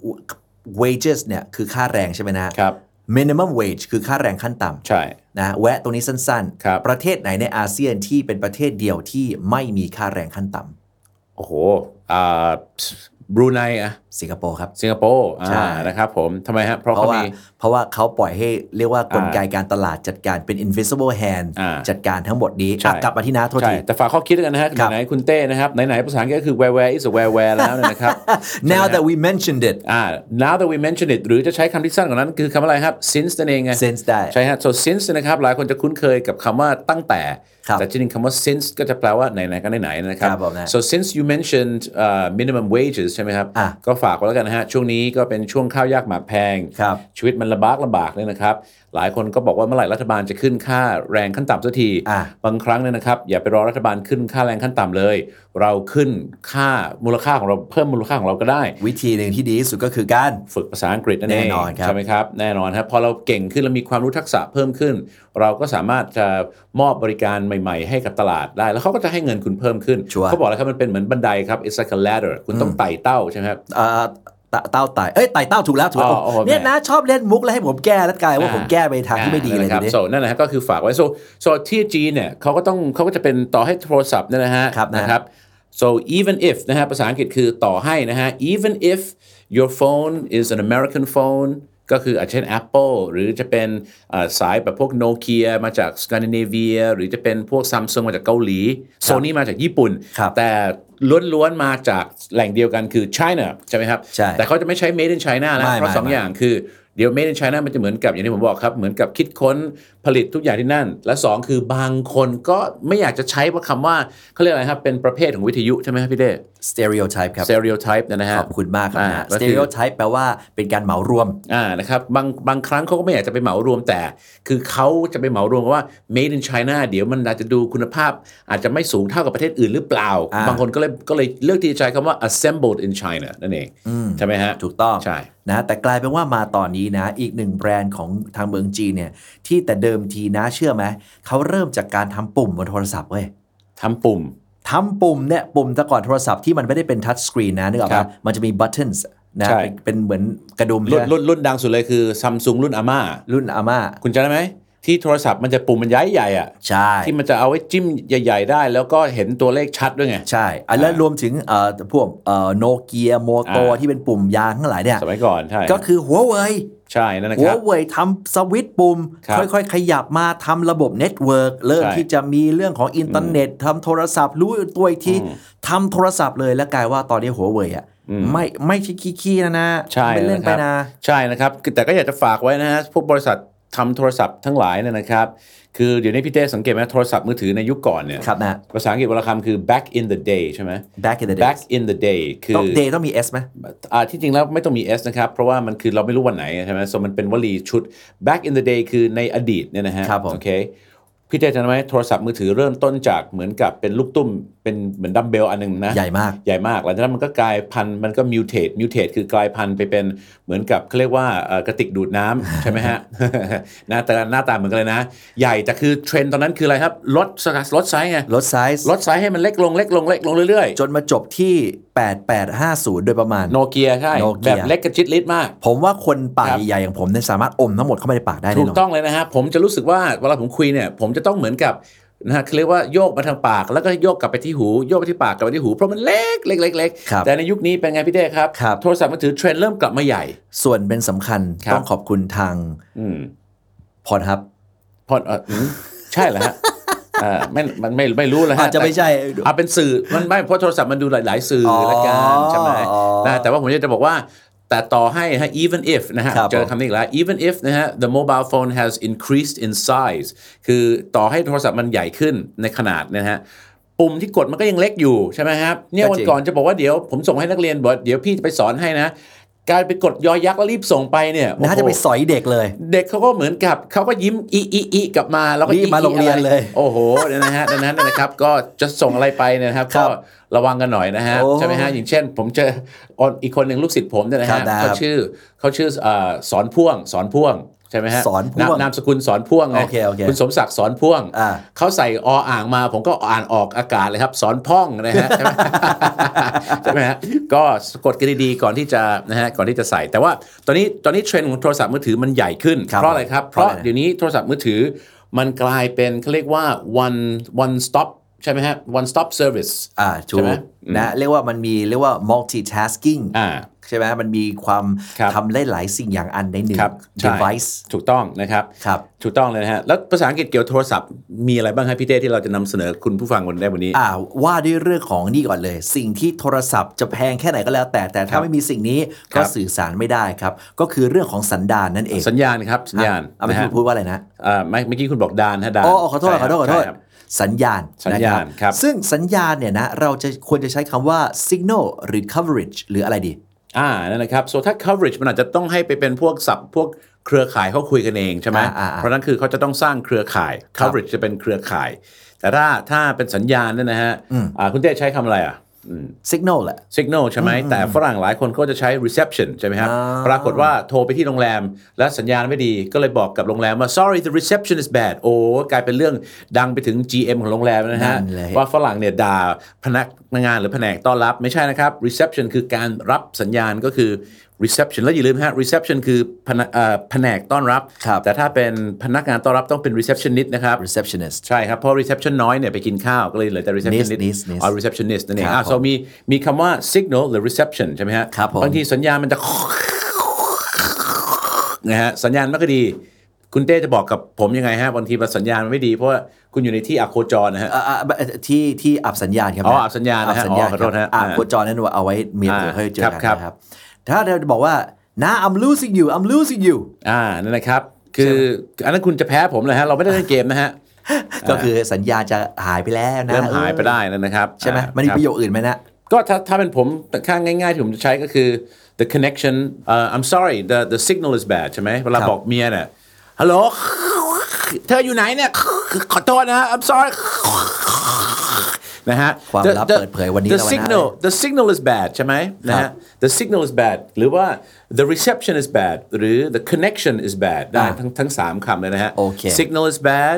wages เนี่ยคือค่าแรงใช่ไหมนะครับ minimum wage คือค่าแรงขั้นต่ำใช่นะแวะตรงนี้สั้นๆประเทศไหนในอาเซียนที่เป็นประเทศเดียวที่ไม่มีค่าแรงขั้นต่ำโอ้โหอ่าบรูไนอะสิงคโปร์ครับสิงคโปร์อ่านะครับผมทำไมฮะเพราะเขามีเพราะว่าเขาปล่อยให้เรียกว่ากลไกการตลาดจัดการเป็น invisible hand จัดการทั้งหมดนี้กลับมาที่น้าโทษทีแต่ฝากข้อคิดกันนะฮะไหนคุณเต้นะครับไหนๆภาษาอังกฤษก็คือ where where is a where where แล้วนะครับ now that we mentioned it อ่า now that we mentioned it หรือจะใช้คำที่สั้นกว่านั้นคือคำอะไรครับ since นั่นเองไง since ได้ใช่ฮะ so since นะครับหลายคนจะคุ้นเคยกับคำว่าตั้งแต่แต่จริงๆคำว่า since ก็จะแปลว่าไหนๆก็ไหนๆนะครับ so since you mentioned uh, minimum wages ใช่ไหมครับก็ฝากไว้แล้วกันนะฮะช่วงนี้ก็เป็นช่วงข้าวยากหมากแพงชีวิตมันลำบากลำบากเลยนะครับหลายคนก็บอกว่าเมื่อไหร่รัฐบาลจะขึ้นค่าแรงขั้นต่ำสักทีบางครั้งเนี่ยนะครับอย่าไปรอรัฐบาลขึ้นค่าแรงขั้นต่ำเลยเราขึ้นค่ามูลค่าของเราเพิ่มมูลค่าของเราก็ได้วิธีหนึ่งที่ดีที่สุดก็คือการฝึกภาษาอังกฤษนั่นเองใช่ไหมครับแน่นอนครับพอเราเก่งขึ้นและมีความรู้ทักษะเพิ่มขึ้นเราก็สามารถจะมอบบริการใหม่ๆให้กับตลาดได้แล้วเขาก็จะให้เงินคุณเพิ่มขึ้นเขาบอกแล้วครับมันเป็นเหมือนบันไดครับ it's like a ladder คุณต้องไต่เต้าใช่ไหมครับเต้าไต่เอ้ยไต่เต้าถูกแล้วถูกแล้วเนี่ยนะชอบเล่นมุกแล้วให้ผมแก้แล้วกลายว่าผมแก้ไปทางที่ไม่ดีเลยครับโซนั่นแหละก็คือฝากไว้โซโซที่จีนเนี่ยเขาก็ต้องเขาก็จะเป็นต่อให้โทรศัพท์เนี่ยนะฮะนะครับ so even if นะฮะภาษาอังกฤษคือต่อให้นะฮะ even if your phone is an American phone ก็คืออาจจะเช่น Apple หรือจะเป็นสายแบบพวก Nokia มาจากสแกนดิเนเวียหรือจะเป็นพวก Samsung มาจากเกาหลี Sony มาจากญี่ปุ่นแต่ล้วนๆมาจากแหล่งเดียวกันคือ China ใช่ไหมครับแต่เขาจะไม่ใช้ Made in China นะเพราะสองอย่างคือเดี๋ยว Made in China มันจะเหมือนกับอย่างที่ผมบอกครับเหมือนกับคิดค้นผลิตทุกอย่างที่นั่นและสองคือบางคนก็ไม่อยากจะใช้ว่าคำว่าเขาเรียกอะไรครับเป็นประเภทของวิทยุใช่ไหมครับพี่เด้ stereotype ครับ stereotype นะฮะขอบคุณมากครับนะ stereotype แปลว่าเป็นการเหมารวมอ่านะครับบางบางครั้งเขาก็ไม่อยากจะไปเหมารวมแต่คือเขาจะไปเหมารวมว่า Made in China เดี๋ยวมันอาจจะดูคุณภาพอาจจะไม่สูงเท่ากับประเทศอื่นหรือเปล่าบางคนก็เลยก็เลยเลือกที่จะใช้คำว่า assembled in China นั่นเองใช่ไหมฮะถูกต้องใช่นะแต่กลายเป็นว่ามาตอนนี้นะอีกหนึ่งแบรนด์ของทางเมืองจีนเนี่ยที่แต่เดิมทีนะเชื่อไหมเขาเริ่มจากการทำปุ่มบนโทรศัพท์เว้ยทำปุ่มทำปุ่มเนี่ยปุ่มแต่ก่อนโทรศัพท์ที่มันไม่ได้เป็นทัชสกรีนนะนึกออกปะมันจะมี buttons นะเป็นเหมือนกระดุมรุ่นรุ่นรุ่นดังสุดเลยคือ Samsung รุ่นอาม่ารุ่นอาม่าคุณจำได้ไหมที่โทรศัพท์มันจะปุ่มมันใหญ่ใหญ่อ่ะใช่ที่มันจะเอาไว้จิ้มใหญ่ๆได้แล้วก็เห็นตัวเลขชัดด้วยไงใช่แล้วรวมถึงเอ่อพวกเอ่อโนเกียโมโตที่เป็นปุ่มยางทั้งหลายเนี่ยสมัยก่อนใช่ก็คือหัวเว่ยใช่นั่นนะครับหัวเว่ยทำสวิตช์ปุ่มค่อยๆขยับมาทำระบบเน็ตเวิร์กเริ่มที่จะมีเรื่องของอินเทอร์เน็ตทำโทรศัพท์รู้ตัวอีกทีทำโทรศัพท์เลยแล้วกลายว่าตอนนี้หัวเว่ยอ่ะไม่ไม่ใช่ขี้ๆนะนะไม่เล่นไปนะใช่นะครับแต่ก็อยากจะฝากไว้นะฮะพวกบริษัททำโทรศัพท์ทั้งหลายเนี่ยนะครับคือเดี๋ยวนี้พี่เต้สังเกตไหมโทรศัพท์มือถือในยุคก่อนเนี่ยครับนะภาษาอังกฤษวรรณคำคือ back in the day ใช่ไหม back in the day back in the day คือต้อง day ต้องมี s ไหมอ่าที่จริงแล้วไม่ต้องมี s นะครับเพราะว่ามันคือเราไม่รู้วันไหนใช่ไหม so มันเป็นวลีชุด back in the day คือในอดีตเนี่ยนะฮะโอเคพี่เต้จำได้ไหมโทรศัพท์มือถือเริ่มต้นจากเหมือนกับเป็นลูกตุ้มเป็นเหมือนดัมเบลอันนึงนะใหญ่มากใหญ่มากหลังจากนั้นมันก็กลายพันธุ์มันก็มิวเทตมิวเทตคือกลายพันธุ์ไปเป็นเหมือนกับเขาเรียกว่ากระติกดูดน้ำ ใช่ไหมฮะ หน้าตาหน้าตาเหมือนกันเลยนะใหญ่แต่คือเทรนด์ตอนนั้นคืออะไรครับลดลดไซส์ไงลดไซส์ลดไซส์ให้มันเล็กลงเล็กลงเล็กลงเรื่อยๆจนมาจบที่แปดแปดห้าศูนย์โดยประมาณโนเกียใช่แบบเล็กกระชิดลิดมากผมว่าคนปากใหญ่อย่างผมเนี่ยสามารถอมทั้งหมดเข้าไปในปากได้ถูกต้องเลยนะฮะผมจะรู้สึกว่าเวลาผมคุยเนี่ยผมจะต้องเหมือนกับนะฮะเขาเรียกว่าโยกมาทางปากแล้วก็โยกกลับไปที่หูโยกไปที่ปากกลับไปที่หูเพราะมันเล็กเล็กเล็กเล็กแต่ในยุคนี้เป็นไงพี่เต้ครับโทรศัพท์มือถือเทรนด์เริ่มกลับมาใหญ่ส่วนเป็นสำคัญต้องขอบคุณทางพอดครับพอดใช่เหรอฮะอ่าไม่มันไม่ไม่รู้เลยฮะอาจจะไม่ใช่เอาเป็นสื่อมันไม่เพราะโทรศัพท์มันดูหลายๆสื่อละกันใช่ไหมนะแต่ว่าผมจะบอกว่าแต่ต่อให้ฮะ even if นะฮะเจอคำนี้อีกแล้ว even if นะฮะ the mobile phone has increased in size คือต่อให้โทรศัพท์มันใหญ่ขึ้นในขนาดนะฮะปุ่มที่กดมันก็ยังเล็กอยู่ใช่ไหมครับเนี่ยวันก่อนจะบอกว่าเดี๋ยวผมส่งให้นักเรียนบอกเดี๋ยวพี่จะไปสอนให้นะการไปกดยอยักษ์แล้วรีบส่งไปเนี่ยน่าจะไปสอยเด็กเลยเด็กเขาก็เหมือนกับเขาก็ยิ้มอีอีอีกลับมาแล้วก็รีบมาโรงเรียนเลยโอ้โหนะฮะดังนั้นนะครับก็จะส่งอะไรไปเนี่ยนะครับก็ระวังกันหน่อยนะฮะใช่ไหมฮะอย่างเช่นผมเจออีกคนหนึ่งลูกศิษย์ผมเนี่ยนะฮะเขาชื่อเขาชื่อสอนพ่วงสอนพ่วงใช่ไหมฮะสอนพ่วงนามสกุลสอนพ่วงไงคุณสมศักดิ์สอนพ่วงเขาใส่ออ่างมาผมก็อ่านออกอากาศเลยครับสอนพ่องนะฮะใช่ไหมใช่ไหมฮะก็สะกดกันดีๆก่อนที่จะนะฮะก่อนที่จะใส่แต่ว่าตอนนี้ตอนนี้เทรนด์ของโทรศัพท์มือถือมันใหญ่ขึ้นเพราะอะไรครับเพราะเดี๋ยวนี้โทรศัพท์มือถือมันกลายเป็นเขาเรียกว่า one one stopใช่ไหมฮะ one stop service อ่าถูกนะเรียกว่ามันมีเรียกว่า multitasking อ่าใช่ไหมมันมีความทำได้หลายสิ่งอย่างอันในหนึ่ง device ถูกต้องนะครับครับถูกต้องเลยนะฮะแล้วภาษาอังกฤษเกี่ยวกับโทรศัพท์มีอะไรบ้างครับพี่เต้ที่เราจะนำเสนอคุณผู้ฟังวันได้วันนี้อ่าว่าด้วยเรื่องของนี่ก่อนเลยสิ่งที่โทรศัพท์จะแพงแค่ไหนก็แล้วแต่แต่ถ้าไม่มีสิ่งนี้ก็สื่อสารไม่ได้ครับก็คือเรื่องของสัญญาณนั่นเองสัญญาณครับสัญญาณอ่าไม่พูดว่าอะไรนะอ่าเมื่อกี้คุณบอกดานฮะดานอ๋อขอโทษขอโทษขอโทษสัญญาณสัญญาณครับซึ่งสัญญาณเนี่ยนะเราจะควรจะใช้คำว่า signal หรือ coverage หรืออะไรดีอ่านั่นนะครับ so ถ้า coverage มันอาจจะต้องให้ไปเป็นพวกศัพท์พวกเครือข่ายเขาคุยกันเองใช่ไหมเพราะนั้นคือเขาจะต้องสร้างเครือข่าย coverage จะเป็นเครือข่ายแต่ถ้าถ้าเป็นสัญญาณเนี่ยนะฮะอ่าคุณเต้ใช้คำอะไรอ่ะ signal แหละ signal ใช่ไหมแต่ฝรั่งหลายคนก็จะใช้ reception ใช่ไหมครับปรากฏว่าโทรไปที่โรงแรมและสัญญาณไม่ดีก็เลยบอกกับโรงแรมว่า sorry the reception is bad โอ้กลายเป็นเรื่องดังไปถึง จี เอ็ม ของโรงแรมนะฮะว่าฝรั่งเนี่ยด่าพนักงานหรือแผนกต้อนรับไม่ใช่นะครับ reception คือการรับสัญญาณก็คือ reception แล้วอย่าลืมฮะ reception คือแผนกต้อนรับแต่ถ้าเป็นพนักงานต้อนรับต้องเป็น receptionist นะครับ receptionist ใช่ครับเพราะ reception น้อยเนี่ยไปกินข้าวก็เลยเหลือแต่ receptionist อ๋อ receptionist นั่นเองอ่ะ so มีมีคำว่า signal หรือ reception ใช่ไหมฮะบางทีสัญญาณมันจะนะฮะสัญญาณไม่ค่อยดีคุณเต้จะบอกกับผมยังไงฮะบางทีสัญญาณมันไม่ดีเพราะว่าคุณอยู่ในที่อับโคจรนะฮะที่ที่อับสัญญาณครับอ๋ออับสัญญาณนะฮะอ๋อขอโทษนะอับโคจรนั้นว่าเอาไว้เมียเผื่อให้เจอกันนะครับถ้าเราจะบอกว่านะ I'm losing you I'm losing you อ่านั่นนะครับคืออันนั้นคุณจะแพ้ผมเลยฮะเราไม่ได้เล่นเกมนะฮะก็คือสัญญาจะหายไปแล้วนะเริ่มหายไปได้แล้วนะครับใช่ไหมมันมีประโยคอื่นไหมนะก็ถ้าถ้าเป็นผมข้างง่ายๆที่ผมจะใช้ก็คือ the connection uh, I'm sorry the the signal is bad ใช่ไหมเวลาบอกเมียเนี่ยฮัลโหลเธออยู่ไหนเนี่ยขอโทษนะ I'm sorry นะฮะความลับเปิดเผยวันนี้ the signal the signal is bad ใช่ไหมนะฮะ the signal is bad หรือว่า the reception is bad หรือ the connection is bad ได้ทั้งทั้งสามคำเลยนะฮะ okay. signal is bad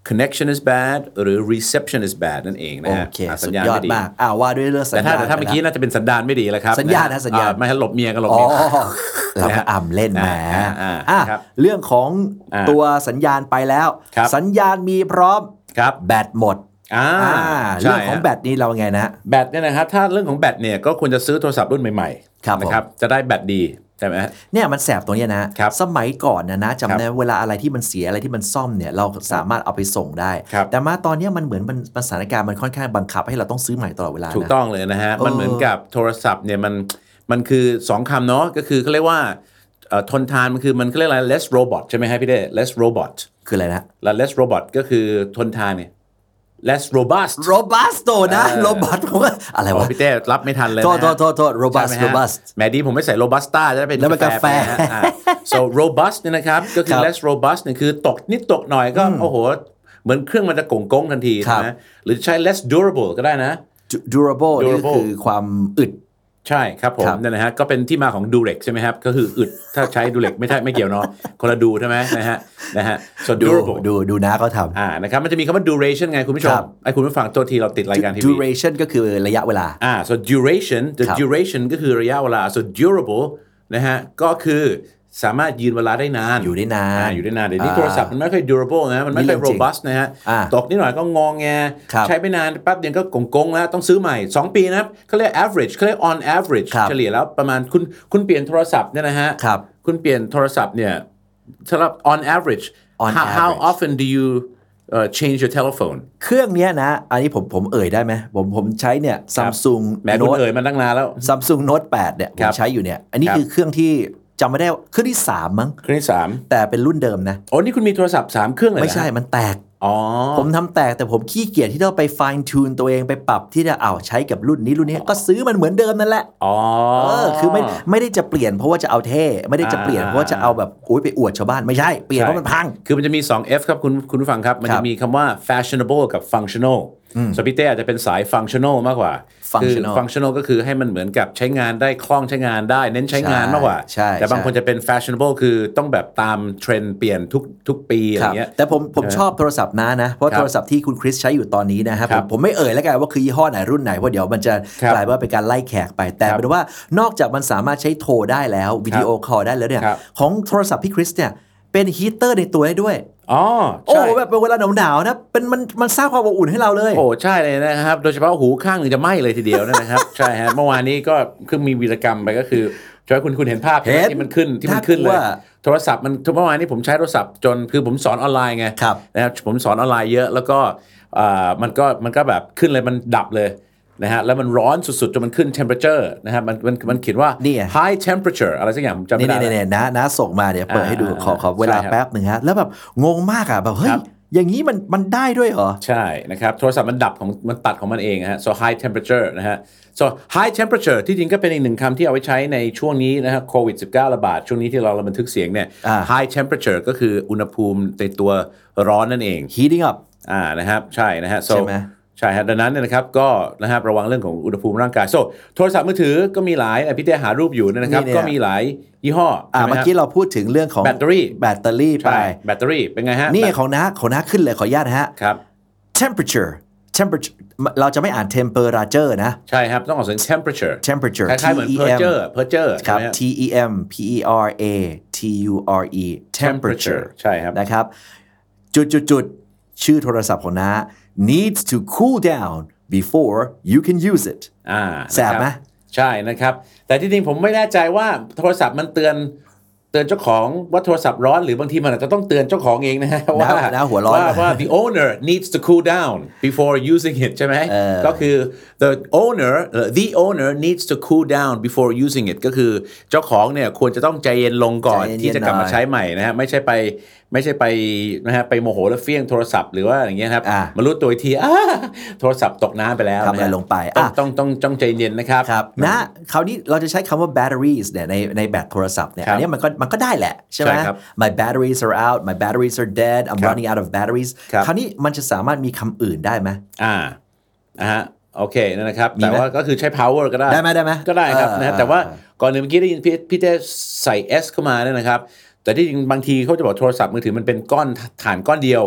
connection is bad หรือ reception is bad นั่นเองนะฮะโอเคอ่ะสุสัดญญาณยอดไม่ดีมากอ่าว่าด้วยเรื่องสัญแต่ถ้าญาณแต่ถ้าเมื่อกี้น่าจะเป็นสันดานไม่ดีแล้วครับสัญญาณนะสัญญาณอ่ไม่ให้หลบเมียก็หลบอ๋อเมียเราก็อ่ำเล่นแหมอ่าอ่าอ่ะครับเรื่องของอ่าตัวสัญญาณไปแล้วครับสัญญาณมีพร้อมครับแบตหมดอ่าอ่าใช่เรื่องของฮะแบตนี่เราไงนะแบตเนี่ยนะครับถ้าเรื่องของแบตเนี่ยก็ควรจะซื้อโทรศัพท์รุ่นใหม่ครับๆนะครับจะได้แบตดีใช่ไหมฮะเนี่ยมันแสบตรงเนี้ยนะครับ สมัยก่อนนะนะจำได้เวลาอะไรที่มันเสียอะไรที่มันซ่อมเนี่ยเราสามารถเอาไปส่งได้ครับแต่มาตอนเนี้ยมันเหมือนมันมันสถานการณ์มันค่อนข้างบังคับให้เราต้องซื้อใหม่ตลอดเวลาถูกนะต้องเลยนะฮะเออมันเหมือนกับโทรศัพท์เนี่ยมันมันคือสองคำเนาะก็คือเขาเรียกว่าเอ่อทนทานมันคือมันเขาเรียกอะไร less robot ใช่ไหมฮะพี่เด้ less robot คืออะไรนะและ less robot ก็คือทนทานเนี่ย less robust robust นะ robot ผมว่าอะไรอ๋วะอพี่เต้รับไม่ทันเลยนะโทษโทษโทษโทษ robust ใช่ไหมฮะ robust แหมดีผมไม่ใส่ robusta จะได้เป็นแล้วเป็นกาแฟไปนะฮะอ่า so robust เนี่ยนะครับก็คือครับ less robust เนี่ยคือตกนิดตกหน่อยก็โอ้โหเหมือนเครื่องมันจะโก่งก้งทันทีครัใช่บไหมหรือใช้ less durable ก็ได้นะ durable นี่ก็ durable คือความอึดใช่ครับผมครับนั่นนะฮะก็เป็นที่มาของ Durex ใช่ไหมครับก็คืออึดถ้าใช้ Durex ไม่ใช่ไม่เกี่ยวเนาะคนละดูใช่ไหมนะฮะนะฮะ so ดู durable ดูดูนะเขาทำอ่านะครับมันจะมีคำว่า duration ไงคุณผู้ชคมรับไอ้คุณผู้ฟังตัวทีเราติดรายการทีวี duration ก็คือระยะเวลาอ่า so duration the ครับ duration ก็คือระยะเวลา so durable นะฮะก็คือสามารถยืนเวลาได้นานอยู่ได้นานอ่อยู่ได้นานเดี๋ยวนี้อ่าโทรศัพท์มันไม่ค่อย durable นะมันไม่นี่ค่อยเรื่องจริง robust นะฮะอ่าตกนิดหน่อยก็งองแงครับใช้ไม่นานแป๊บเดียวก็กงกงๆแล้วต้องซื้อใหม่สองปีนะเขาเรียก average เขาเรียก on average ครับเฉลี่ยแล้วประมาณคุณคุณเปลี่ยนโทรศัพท์เนี่ยนะฮะครับคุณเปลี่ยนโทรศัพท์เนี่ยสำหรับ on average On how, how average often do you uh, change your telephone เครื่องเนี้ยนะ อันนี้ผมผมเอ่ยได้ไหมผมผมใช้เนี่ย Samsung แหม้คุณ Note เอ่ยมาตั้งนานแล้ว Samsung Note แปดเนี่ยผครัมบใช้อยู่เนี่ย อันนี้ครับคือเครื่องที่จำไม่ได้เครื่องที่สามมั้งเครื่องที่สามแต่เป็นรุ่นเดิมนะโอ้นี่คุณมีโทรศัพท์สามเครื่องเลยเหรอไม่ใช่มันแตกอ๋อผมทำแตกแต่ผมขี้เกียจที่ต้องไป fine tune ตัวเองไปปรับที่จะเอาใช้กับรุ่นนี้รุ่นนี้ก็ซื้อมันเหมือนเดิมนั่นแหละอ๋อเออคือไม่ไม่ได้จะเปลี่ยนเพราะว่าจะเอาเท่ไม่ได้จะเปลี่ยนอ่าเพราะว่าจะเอาแบบอุ้ยไปอวดชาวบ้านไม่ใช่เปลี่ยนเพราะมันพังคือมันจะมี สอง F ครับคุณคุณผู้ฟังครับ มันครัจะบมีคำว่า fashionable กับ functional สปิเต้อาจจะเป็นสาย functional มากกว่า functional คือ functional ก็คือให้มันเหมือนกับใช้งานได้คล่องใช้งานได้ เน้นใช้งานมากกว่าใช่แต่บางใช่คนจะเป็น fashionable คือต้องแบบตามเทรนด์เปลี่ยนทุกทุกปีอะไรครับเงี้ยแต่ผมผมชอบโทรศัพท์นะนะ เพราะครับโทรศัพท์ที่คุณคริสใช้อยู่ตอนนี้นะครับคผรัมบผมไม่เอ่ยแล้วกันว่าคือยี่ห้อไหนรุ่นไหนเพราะเดี๋ยวมันจะครับกลายว่าเป็นการไล่แขกไป แต่ครับเป็นว่านอกจากมันสามารถใช้โทรได้แล้ววิดีโอคอลได้แล้วเนี่ยครับของโทรศัพท์พี่คริสเนี่ยเป็นฮีตเตอร์ในตัวได้ด้วยอ๋อโอ้ใช่แบบเป็นเวลาหนาวๆนะเป็นมันมันสร้างความอบอุ่นให้เราเลยโอ้ใช่เลยนะครับ โดยเฉพาะหูข้างหนึ่งจะไหม้เลยทีเดียวนะครับ ใช่ฮะเมื่อวานนี้ก็คือมีวีรกรรมไปก็คือใช่ไหมคุณคุณเห็นภาพเห็นที่มันขึ้นที่มันขึ้นเลยน่ากลัวโทรศัพท์มันเมื่อวานนี้ผมใช้โทรศัพท์จนคือผมสอนออนไลน์ไงครับนะครับผมสอนออนไลน์เยอะแล้วก็อ่ามันก็มันก็แบบขึ้นเลยมันดับเลยนะฮะแล้วมันร้อนสุดๆจนมันขึ้น temperature นะครับมันมันมันเขียนว่านี่ไง high temperature อะไรสักอย่างผมจำไม่นี่ได้นี่นี่นะนะส่งมาเดี๋ยวเปิดให้ดูอ่าขอขอเวลาใช่ครับแป๊บหนึ่งฮะแล้วแบบงงมากอ่ะแบบเฮ้ยครับอย่างนี้มันมันได้ด้วยเหรอใช่นะครับโทรศัพท์มันดับของมันตัดของมันเองฮะ so high temperature นะฮะ so high temperature ที่จริงก็เป็นอีกหนึ่งคำที่เอาไว้ใช้ในช่วงนี้นะฮะโควิด สิบเก้า ระบาดช่วงนี้ที่เราบันทึกเสียงเนี่ยอ่า high temperature ก็คืออุณหภูมิในตัวร้อนนั่นเอง heating up อ่านะครับใช่นะฮะ so ใช่ไหมใช่ฮะดังนั้นเนี่ยนะครับก็นะครับระวังเรื่องของอุณหภูมิร่างกาย so โทรศัพท์มือถือก็มีหลายอ่ะพี่เต้หารูปอยู่นะครับนี่เนี่ยก็มีหลายยี่ห้ออ่าใช่ไหเมื่อฮะกี้เราพูดถึงเรื่องของแบตเตอรี่แบตเตอรี่ไปใช่แบตเตอรี่เป็นไงฮะนี่ของน้าของน้าขึ้นเลยขออนุญาตนะฮะครับ temperature temperature เราจะไม่อ่าน temperature นะใช่ครับต้องออกเสียง temperature temperature คล้ายๆเหมือน T E M perjure perjure ครัใช่บไหมฮะ T E M P E R A T U R E temperature ใช่ครับนะครับ จุดจุดจุดชื่อโทรศัพท์ของน้า needs to cool down before you can use it อ่าแสบไหมนะครับใช่นะครับ แต่ที่จริงผมไม่แน่ใจว่าโทรศัพท์มันเตือนเตือนเจ้าของว่าโทรศัพท์ร้อนหรือบางทีมันอาจจะต้องเตือนเจ้าของเองนะฮะว่านะหัวร้อนว่าว่า the owner needs to cool down before using it ใช่ไหมก็คือ the owner the owner needs to cool down before using it ก็คือเจ้าของเนี่ยควรจะต้องใจเย็นลงก่อนใจเย็นๆที่จะกลับหน่มาอยใช้ใหม่นะฮะไม่ใช่ไปไม่ใช่ไปนะฮะไปโมโหแล้วเฟี้ยงโทรศัพท์หรือว่าอย่างเงี้ยครับอ่ะมารู้ตัวอีกทีอ้าโทรศัพท์ตกน้ำไปแล้วทำอะไรนฮลงไปต้องอ่ะต้องต้องต้องใจเย็นนะครับครับนะคราวนี้เราจะใช้คำว่า batteries เนี่ยในในแบตโทรศัพท์เนี่ยครับอันนี้มันก็มันก็ได้แหละใช่ไหมใช่ครับ my batteries are out my batteries are dead I'm ครับ running out of batteries ครับคราวนี้มันจะสามารถมีคำอื่นได้ไหมอ่าอ่าฮะโอเคนั่นนะครับมีไหมแต่ว่าก็คือใช้ power ก็ได้ได้ไหมได้ไหมก็ได้ครับเออนะฮะเออแต่ว่าก่อนหนึ่งเมื่อกี้ได้ยินพี่พี่ได้ใส่ S เข้ามาเนี่ยนะครับ แต่ที่จริงบางทีเขาจะบอกโทรศัพท์มือถือมันเป็นก้อนฐานก้อนเดียว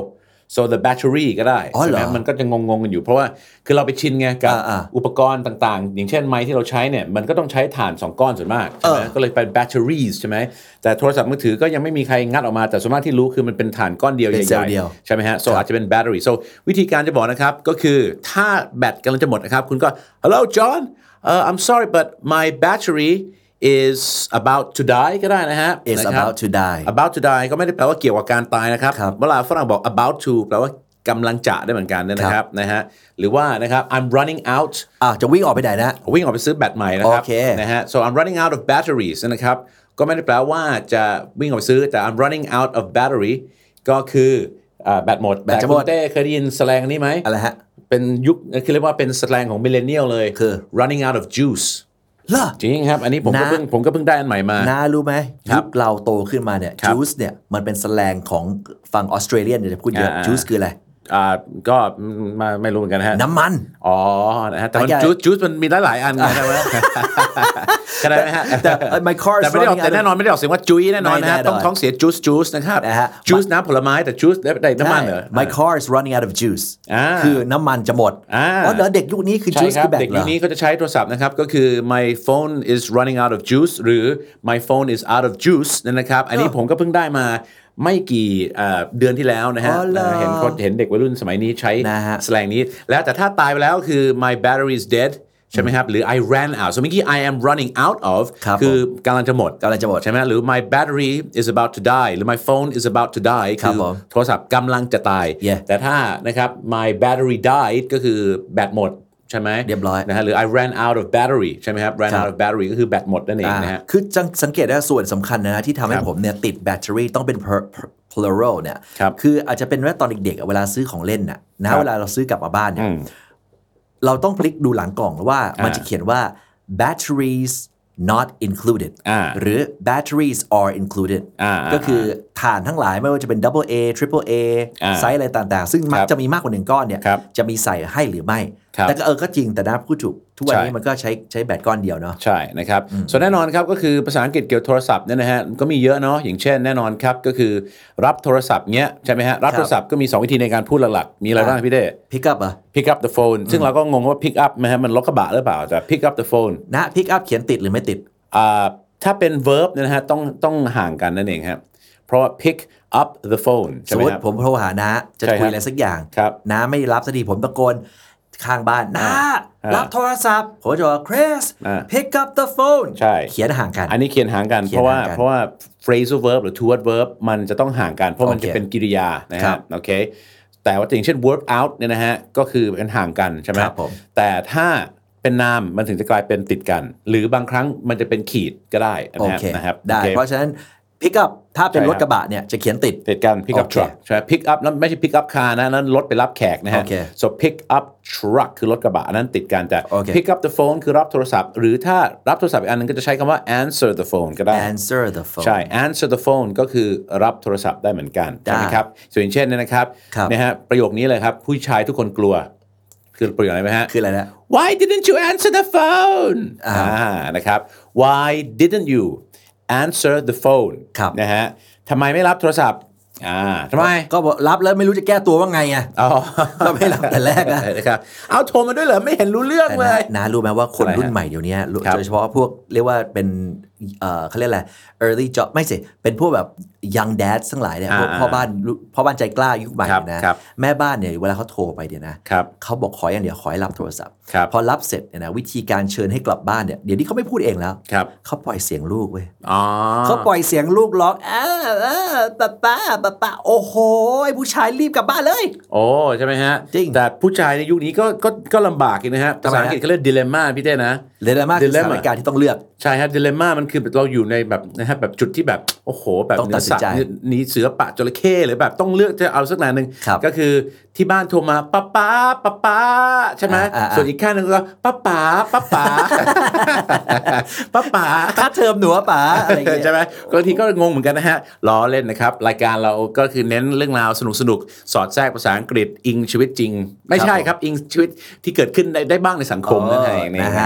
so the battery ก็ได้อ๋อเหรอใช่ไหมมันก็จะงงๆกันอยู่เพราะว่าคือเราไปชินไงกับอ่าอุปกรณ์ต่างๆอย่างเช่นไมค์ที่เราใช้เนี่ยมันก็ต้องใช้ถ่านสองก้อนส่วนมากใช่ไหมเออก็เลยเป็น batteries ใช่ไหมแต่โทรศัพท์มือถือก็ยังไม่มีใครงัดออกมาแต่ส่วนมากที่รู้คือมันเป็นถ่านก้อนเดียวเป็นใหเซลญ่ล์เดียวๆใช่ไหมฮะ so อาจจะเป็น battery so วิธีการจะบอกนะครับก็คือถ้าแบตกำลังจะหมดนะครับคุณก็ hello John uh, I'm sorry but my battery is about to die ก็ได้นะฮะ is นะครับ about to die about to die ก็ไม่ได้แปลว่าเกี่ยวกับการตายนะครับครับเวลาฝรั่งบอก about to แปลว่ากำลังจะได้เหมือนกันนะครับนะฮะหรือว่านะครับ I'm running out อ่ะจะวิ่งออกไปไหนนะวิ่งออกไปซื้อแบตใหม่นะครับโอเคนะฮะ so I'm running out of batteries นะครับก็ไม่ได้แปลว่าจะวิ่งออกไปซื้อแต่ I'm running out of battery ก็คืออ่าแบตหมดแบตจะหมดคุณเต้เคยได้ยินสแลงนี้ไหมอะไรฮะเป็นยุคคือเรียกว่าเป็นสแลงของมิลเลนเนียลเลยคือ running out of juice เหรอจริงครับอันนี้ผมก็นะเพิ่งผมก็เพิ่งได้อันใหม่มาน้ารู้ไหมครัยุบคเราโตขึ้นมาเนี่ยครับ juice เนี่ยมันเป็นสแลงของฝั่งออสเตรเลียนเนี่ยจะพูดเยอะอ่า juice คืออะไรอ่าก็มาไม่รู้เหมือนกันฮะน้ำมันอ๋อนะฮะแต่มันใหญ่จูสจูสมันมีหลายๆอันไงใช่ไหมใช่ไหมฮะแต่เอ่อ my car is แต่ไม่ได้ออก running แต่ out of แน่นอนไม่ได้ออกเสียงว่าจุ้ยแน่นอนนะฮะไม่แน่นอนต้องท้องเสียจูสจูสนะครับนะฮะจูสน้ำผลไม้แต่จูสได้ได้น้ำมันเหรอ My car is running out of juice อ่าคือน้ำมันจะหมดอ่าอ๋อเหรอเด็กยุคนี้คือใช่ juice ครัคืบอแบตเด็กเหรยุอคนี้เขาจะใช้โทรศัพท์นะครับก็คือ my phone is running out of juice หรือ my phone is out of juice นั่นนะครับอันนี้ผมก็เพิ่งได้มาไม่กี่เอ่อเดือนที่แล้วนะฮะอ๋อเหรอเห็นคนเห็นเด็กวัยรุ่นสมัยนี้ใช้นะฮะแสลงนี้แล้วแต่ถ้าตายไปแล้วคือ my battery is dead ใช่ไหมครับหรือ I ran out so เมื่อกี้ I am running out of ครับคือกำลังจะหมดกำลังจะหมดใช่ไหมหรือ my battery is about to die หรือ my phone is about to die ครับคือผมโทรศัพท์กำลังจะตาย Yeah แต่ถ้านะครับ my battery died ก็คือแบตหมดใช่ไหมเรียบร้อยนะฮะหรือ I ran out of battery ใช่ไหมครับ ran ครับ out of battery ก็คือแบตหมดนั่นเองอ่านะฮะคือจังสังเกตได้ส่วนสำคัญนะที่ทำให้ครับผมเนี่ยติดแบตเตอรี่ต้องเป็น per- per- plural เนี่ยครับคืออาจจะเป็นว่าตอนเด็กๆอ่ะเวลาซื้อของเล่นน่ะนะครับ เวลาเราซื้อกลับมาบ้านเนี่ยอืมเราต้องพลิกดูหลังกล่องว่าอ่ามัมันจะเขียนว่า batteries not included อ่าหรือ batteries are included อ่าก็คือถ่านทั้งหลายไม่ว่าจะเป็น double A triple A อ่าไซส์อะไรต่างๆ ซึ่งมักครับจะมีมากกว่าหนึ่งก้อนเนี่ยครับจะมีใส่ให้หรือไม่ครับแต่ก็เออก็จริงแต่นะพูดถูกทุกวันนี้ใช่มันก็ใช้ใช้แบตก้อนเดียวเนาะใช่นะครับส่วนแน่นอนครับก็คือภาษาอังกฤษเกี่ยวกับโทรศัพท์เนี่ยนะฮะก็มีเยอะเนาะอย่างเช่นแน่นอนครับก็คือรับโทรศัพท์เนี้ยใช่ไหมฮะรับครับโทรศัพท์ก็มีสองวิธีในการพูดหลักๆมีอะไรบ้างพี่เด้ pick up อ่ะ pick up the phone ซึ่งเราก็งงว่า pick up นะฮะมันรถกระบะหรือเปล่าแต่ pick up the phone นะ pick up เขียนติดหรือไม่ติดอ่าถ้าเป็น verb เนี่ยนะฮะต้องต้องห่างกันนั่นเองครับเพราะว่า pick up the phone สใช่มไหมมติครับผมโทรหาน้าจะใช่คุยครับอะไรสักอย่างครับน้าไม่รับสักทีผมตะโกนข้างบ้านน้าอ่ารับโทรศัพท์ผมจะบอก Chris อ่า pick up the phone ใช่เขียนห่างกันอันนี้เขียนห่างกันเขีเพยนราะว่าห่างกันเพราะว่า phrasal verb หรือ two word verb มันจะต้องห่างกันเพราะมันโอเคจะเป็นกริยานะครัฮะบโอเคแต่ว่าอย่างเช่น work out เนี่ยนะฮะก็คือเป็นห่างกันใช่ไหมครับผมแต่ถ้าเป็นนามมันถึงจะกลายเป็นติดกัน หรือบางครั้งมันจะเป็นขีดก็ได้นะโอฮะเคนะครับได้โอคเพราะฉะนั้น pick up ถ้าเป็นใช่รครัถบกระบะเนี่ยจะเขียนติดติดกัน pick up โอเค truck ใช่ไหม pick up แล้วไม่ใช่ pick up car นะนั้นรถไปรับแขกนะฮะโอเค so pick up truck คือรถกระบะอันนั้นติดกันแต่โอเค pick up the phone คือรับโทรศัพท์ หรือถ้ารับโทรศัพท์อีกอันนึงก็จะใช้คำว่า answer the phone ก็ได้ answer the phone ใช่ answer the phone ก็คือรับโทรศัพท์ได้เหมือนกันได้ใช่ไหมครับส่วนอย่างเช่นเนยนะครับครับนะฮะประโยคนี้เลยครับผู้ชายทุกคนกลัวคือประโยคอะไรไหมฮะคืออะไรนะ Why didn't you answer the phone อ่านะครับ Why didn't you answer the phone ครับนะฮะทำไมไม่รับโทรศัพท์อ่าทำไมก็บอกรับแล้วไม่รู้จะแก้ตัวว่าไงไงอ๋อก็ไม่รับแต่แรกนะนะครับเอาโทรมาด้วยเหรอไม่เห็นรู้เรื่องแต่เลนะยนะรู้ไหมว่าคนอะไรฮะรุ่นใหม่เดี๋ยวนี้ครับโดยเฉพาะพวกเรียกว่าเป็นเอ่อเขาเรียกอะไร early job ไม่สิเป็นพวกแบบ young dad ทั้งหลายเนี่ยพวกอ่าพ่อบ้านพ่อบ้านใจกล้ายุคใหม่ครับนะครับ แม่บ้านเนี่ยเวลาเขาโทรไปเดี๋ยวนะครับ เขาบอกขออย่างเดียวขอให้รับโทรศัพท์ครับพอรับเสร็จเนี่ยนะวิธีการเชิญให้กลับบ้านเนี่ยเดี๋ยวนี้เขาไม่พูดเองแล้วครับเขาปล่อยเสียงลูกเว้ยอ๋อเขาปล่อยเสียงลูกร้องอ้าอ้าป้าป้าป้าป้าโอ้โหไอ้ผู้ชายรีบกลับบ้านเลยโอ้ใช่ไหมฮะจริงแต่ผู้ชายในยุคนี้ก็ก็ก็ลำบากอีกนะฮะทำภาไมฮะษาอังกฤษเขาเรียก dilemma พี่เต้นะเลยนะมากคือส Dilemma ถานการณ์ที่ต้องเลือกใช่ฮะ dilemma มันคือเราอยู่ในแบบนะฮะแบบจุดที่แบบโอ้โหแบบต้องตัดสินใจเนื้อสัตว์หนีเสือปะจระเข้หรือแบบต้องเลือกจะเอาสักหน่อยหนึ่งครับก็คือที่บ้านโทรมาป้าป้าป้าป้าใช่ไหมอ่าอ่าส่วนอีกข้างหนึงก็ป้าป๋าป้าป๋าป้าป๋าค่าเทอมหนูอะป๋าอะไรอย่างเงี้ยใช่ไหมบางทีก็งงเหมือนกันนะฮะล้อเล่นนะครับรายการเราก็คือเน้นเรื่องราวสนุกสนุกๆสอดแทรกภาษาอังกฤษอิงชีวิตจริง ไม่ใช่ครับอิงชีวิตที่เกิดขึ้นได้ได้บ้างในสังคมนั่นเองนะนะฮะฮะเพราะ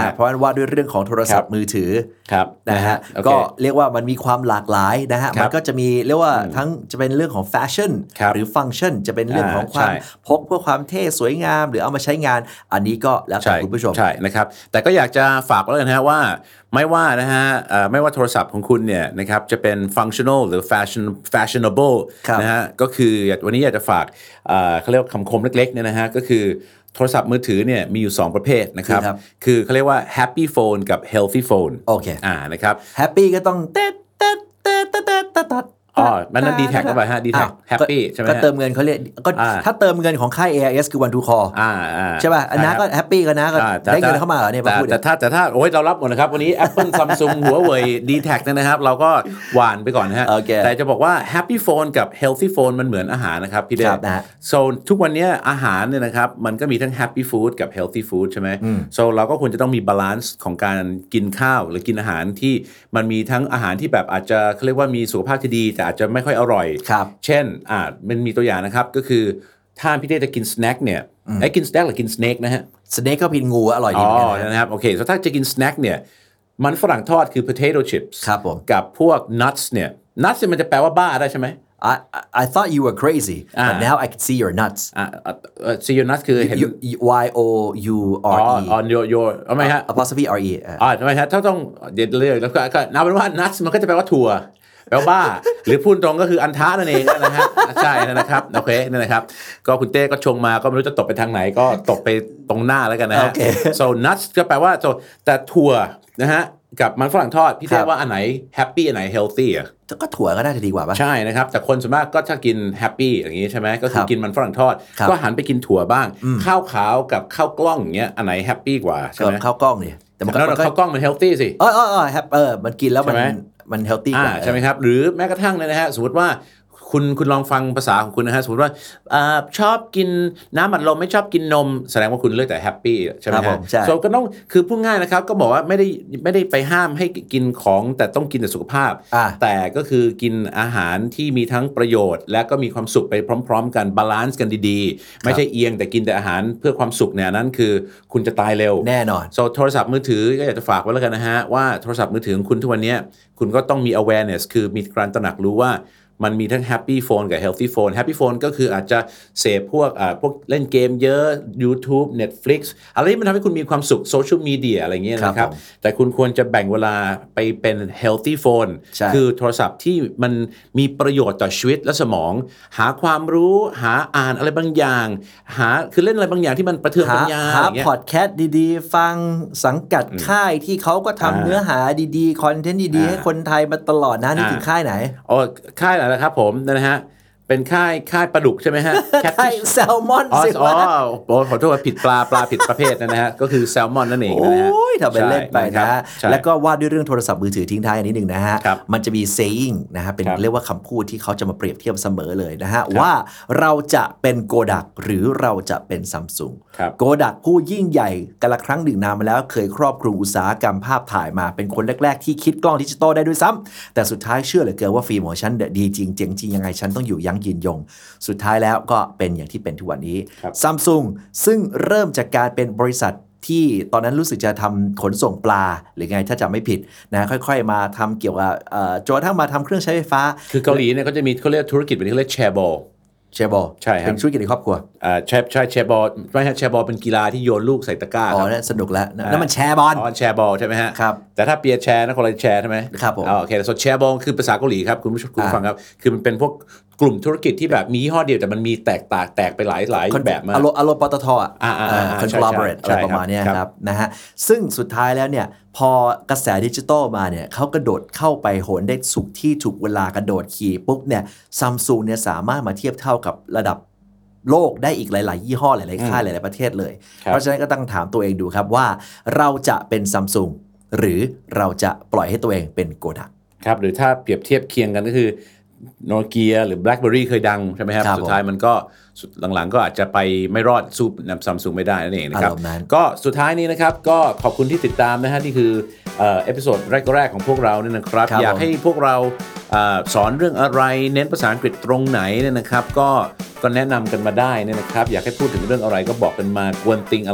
ว่าด้วยเรื่องของโทรศัพท์มือถือครับนะฮะก็เรียกว่ามันมีความหลากหลายนะฮะมันก็จะมีเรียกว่าทั้งจะเป็นเรื่องของแฟชั่นหรือฟังก์ชันจะเป็นเรื่องของความพกเพื่อความเท่สวยงามหรือเอามาใช้งานอันนี้ก็แล้วแต่คุณผู้ชมใช่นะครับแต่ก็อยากจะฝากไว้เลยนะฮะว่าไม่ว่านะฮะไม่ว่าโทรศัพท์ของคุณเนี่ยนะครับจะเป็น functional หรือ fashion fashionable นะฮะก็คือวันนี้อยากจะฝากเขาเรียกว่าคำคมเล็กๆเนี่ยนะฮะก็คือโทรศัพท์มือถือเนี่ยมีอยู่สองประเภทนะครับคือเขาเรียกว่า happy phone กับ healthy phone โอเคอ่านะครับ happy ก็ต้องเต๊ดเต๊ดเต๊ดเต๊ดเต๊ดเต๊ดอ๋อมันนั่น ดี แท็ก เข้าไปฮะ ดี แท็ก แฮปปี้ใช่ไหมก็เติมเงินเขาเรียกก็ถ้าเติมเงินของค่าย เอ ไอ เอส คือ one to call ใช่ป่ะอันนั้นก็แฮปปี้กันนะก็ได้เงินเข้ามาเหรอเนี่ยแต่ถ้าแต่ถ้าโอ้ยเรารับหมดนะครับวันนี้ Apple Samsung Huawei ดี แท็ก นะครับเราก็หวานไปก่อนนะฮะแต่จะบอกว่า Happy Phone กับ Healthy Phone มันเหมือนอาหารนะครับพี่เดช so ทุกวันนี้อาหารเนี่ยนะครับมันก็มีทั้ง Happy Food กับ Healthy Food ใช่ไหม so เราก็ควรจะต้องมีบาลานซ์ของการกินข้าวหรือกินอาหารที่มันมีทั้งอาหารที่แบบอาจจะเขาเรียกว่ามีสุขภาพที่ดีแต่อาจจะไม่ค่อยอร่อยเช่นอ่ามันมีตัวอย่างนะครับก็คือถ้าพี่เต้จะกินสแน็คเนี่ยไอ้กินสแน็คหรือกินสเน็กนะฮะสเน็กก็เป็นงูอร่อยดีเหมือนกันนะครับโอเคso ถ้าจะกินสแน็คเนี่ยมันฝรั่งทอดคือ potato chips ครับผมกับพวก nuts เนี่ย nuts มันจะแปลว่าบ้าได้ใช่ไหม I I thought you were crazy but now I can see your nuts อ่า see your nuts คือเห็น Y O U R E on your your เอาไหมฮะ apostrophe R E อ่าทำไมฮะถ้าต้องเดี๋ยวเรียกแล้วก็นับเป็นว่า nuts มันก็จะแปลว่าถั่วแปลว่าบ้าหรือพูดตรงก็คืออันท้านั่นเองนะฮะใช่นะครับโอเคนั่นนะครับก็คุณเต้ก็ชงมาก็ไม่รู้จะตบไปทางไหนก็ตบไปตรงหน้าแล้วกันนะฮะ so nuts ก็แปลว่า so แต่ถั่วนะฮะกับมันฝรั่งทอดพี่เต้ว่าอันไหน happy อันไหน healthy อ่ะก็ถั่วก็น่าจะดีกว่าป่ะใช่นะครับแต่คนส่วนมากก็ถ้ากิน happy อย่างนี้ใช่ไหมก็คือกินมันฝรั่งทอดก็หันไปกินถั่วบ้างข้าวขาวกับข้าวกล้องอย่างเงี้ยอันไหน happy กว่าใช่ไหมข้าวกล้องเนี่ยแต่มันก็ข้าวกล้องมัน healthy สิเออเออเออเออมันกินแล้วมันมัน healthy กว่าใช่ไหมครับหรือแม้กระทั่งเลยนะฮะสมมติว่าคุณคุณลองฟังภาษาของคุณนะฮะสมมติว่าชอบกินน้ำอัดลมไม่ชอบกินนมแสดงว่าคุณเลือกแต่แฮปปี้ใช่ไหมครับโซก็ต้องคือพูดง่ายนะครับก็บอกว่าไม่ได้ไม่ได้ไปห้ามให้กินของแต่ต้องกินแต่สุขภาพแต่ก็คือกินอาหารที่มีทั้งประโยชน์และก็มีความสุขไปพร้อมๆกันบาลานซ์กันดีๆไม่ใช่เอียงแต่กินแต่อาหารเพื่อความสุขเนี่ยนั้นคือคุณจะตายเร็วแน่นอนโซโทรศัพท์มือถือก็อยากจะฝากไว้แล้วกันนะฮะว่าโทรศัพท์มือถือของคุณทุกวันนี้คุณก็ต้องมี awareness คือมีการตระหนักรู้ว่ามันมีทั้ง Happy Phone กับ Healthy Phone Happy Phone ก็คืออาจจะเสพพวกอ่าพวกเล่นเกมเยอะ YouTube Netflix อะไรที่มันทำให้คุณมีความสุขโซเชียลมีเดียอะไรเงี้ยนะครับแต่คุณควรจะแบ่งเวลาไปเป็น Healthy Phone คือโทรศัพท์ที่มันมีประโยชน์ต่อชีวิตและสมองหาความรู้หาอ่านอะไรบางอย่างหาคือเล่นอะไรบางอย่างที่มันประเทืองปัญญาหาพอดแคสต์ดีๆฟังสังกัดค่ายที่เขาก็ทำเนื้อหาดีๆคอนเทนต์ดีๆให้คนไทยมาตลอดนะนี่ถึงค่ายไหนอ๋อค่ายนะครับผมนะฮะเป็นค่ายค่ายปลาดุกใช่ไหมฮะค่ายแซลมอนสิอ๋อขอโทษผิดปลาปลาผิดประเภทนะฮะก็คือแซลมอนนั่นเองนะฮะโอ้ยทำเป็นเล่นไปนะแล้วก็ว่าด้วยเรื่องโทรศัพท์มือถือทิ้งท้ายนิดนึงนะฮะมันจะมี saying นะฮะเป็นเรียกว่าคำพูดที่เขาจะมาเปรียบเทียบเสมอเลยนะฮะว่าเราจะเป็นโกดักหรือเราจะเป็นซัมซุงโกดักผู้ยิ่งใหญ่กันละครั้งหนึ่งนานมาแล้วเคยครอบคลุมอุตสาหกรรมภาพถ่ายมาเป็นคนแรกๆที่คิดกล้องดิจิตอลได้ด้วยซ้ำแต่สุดท้ายเชื่อเหลือเกินว่าฟิล์มของฉันดีจริงเจ๋งจริงยังไงฉันต้องอยู่ยั้งยืนยงสุดท้ายแล้วก็เป็นอย่างที่เป็นทุกวันนี้ Samsung ซึ่งเริ่มจากการเป็นบริษัทที่ตอนนั้นรู้สึกจะทำขนส่งปลาหรือไงถ้าจำไม่ผิดนะค่อยๆมาทำเกี่ยวกับจนกระทั่งมาทำเครื่องใช้ไฟฟ้าคือเกาหลีเนี่ยก็จะมีเขาเรียกธุรกิจแบบนี้เขาเรียกแชร์บอลแชร์บอลใช่ครับเป็นธุรกิจในครอบครัวอ่าใช่ใช่แชร์บอลไม่ใช่แชร์บอลเป็นกีฬาที่โยนลูกใส่ตะกร้าอ๋อนั่นสนุกแล้วนั่นมันแชร์บอลอ๋อแชร์บอลใช่ไหมฮะครับแต่ถ้าเปียร์แชร์นะคนละแชร์ใช่ไหมครับผมอ๋อโอเคส่วนแชร์บอลคือภาษาเกาหลีครับคุณผู้ชมคุณฟังครับคือมันเป็นพวกกลุ่มธุรกิจที่แบบมียี่ห้อเดียวแต่มันมีแตกต่างแตกไปหลายหลายแบบมากอารมณ์อารมณ์ปตทอ่ะอ่า conglomerate อะไรประมาณนี้ครับนะฮะซึ่งสุดท้ายแล้วเนี่ยพอกระแสดิจิตอลมาเนี่ยเขากระโดดเข้าไปโหนได้สุกที่ถูกเวลากระโดดขี่ปุ๊บเนี่ย Samsung เนี่ยสามารถมาเทียบเท่ากับระดับโลกได้อีกหลายๆยี่ห้อหลายๆค่ายหลายๆประเทศเลยเพราะฉะนั้นก็ต้องถามตัวเองดูครับว่าเราจะเป็น Samsung หรือเราจะปล่อยให้ตัวเองเป็นโกดักครับหรือถ้าเปรียบเทียบเคียงกันก็คือโนเกียหรือ BlackBerry เคยดังใช่ไหมครับสุดท้ายมันก็หลังๆก็อาจจะไปไม่รอดสู้นำ Samsung ไม่ได้นั่นเองนะครับก็สุดท้ายนี้นะครับก็ขอบคุณที่ติดตามนะฮะนี่คือเอพิโซดแรกๆของพวกเราเนี่ยนะครับอยากให้พวกเราสอนเรื่องอะไรเน้นภาษาอังกฤษตรงไหนเนี่ยนะครับก็ก็แนะนำกันมาได้เนี่ยนะครับอยากให้พูดถึงเรื่องอะไรก็บอกกันมากวนติงอะไร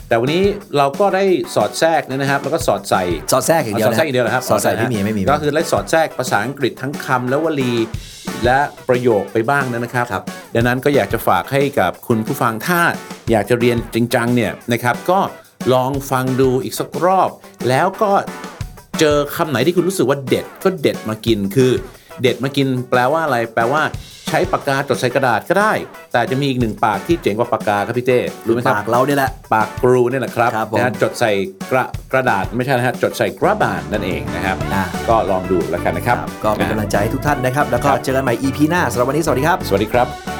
แต่วันนี้เราก็ได้สอดแทรกนะครับแล้วก็สอดใส่สอดแทรกอย่างเดียวสอดแทรกอย่างเดียวนะครับสอดใส่ไม่มีไม่มีก็คือได้สอดแทรกภาษาอังกฤษทั้งคำและวลีและประโยคไปบ้างนะครับดังนั้นก็อยากจะฝากให้กับคุณผู้ฟังถ้าอยากจะเรียนจริงจังเนี่ยนะครับก็ลองฟังดูอีกสักรอบแล้วก็เจอคำไหนที่คุณรู้สึกว่าเด็ดก็เด็ดมากินคือเด็ดมากินแปลว่าอะไรแปลว่าใช้ปากกาจดใส่กระดาษก็ได้แต่จะมีอีกหนึ่งปากที่เจ๋งกว่าปากกาครับพี่เต้รู้ไหมครับปากเราเนี่ยแหละปากกรูเนี่ยแหละครับนะฮะจดใส่กระกระดาษไม่ใช่นะฮะจดใส่กระบาดนั่นเองนะครับก็ลองดูแล้วกันนะครับก็เป็นกำลังใจให้ทุกท่านนะครับแล้วก็เจอกันใหม่ อี พี หน้าสำหรับวันนี้สวัสดีครับสวัสดีครับ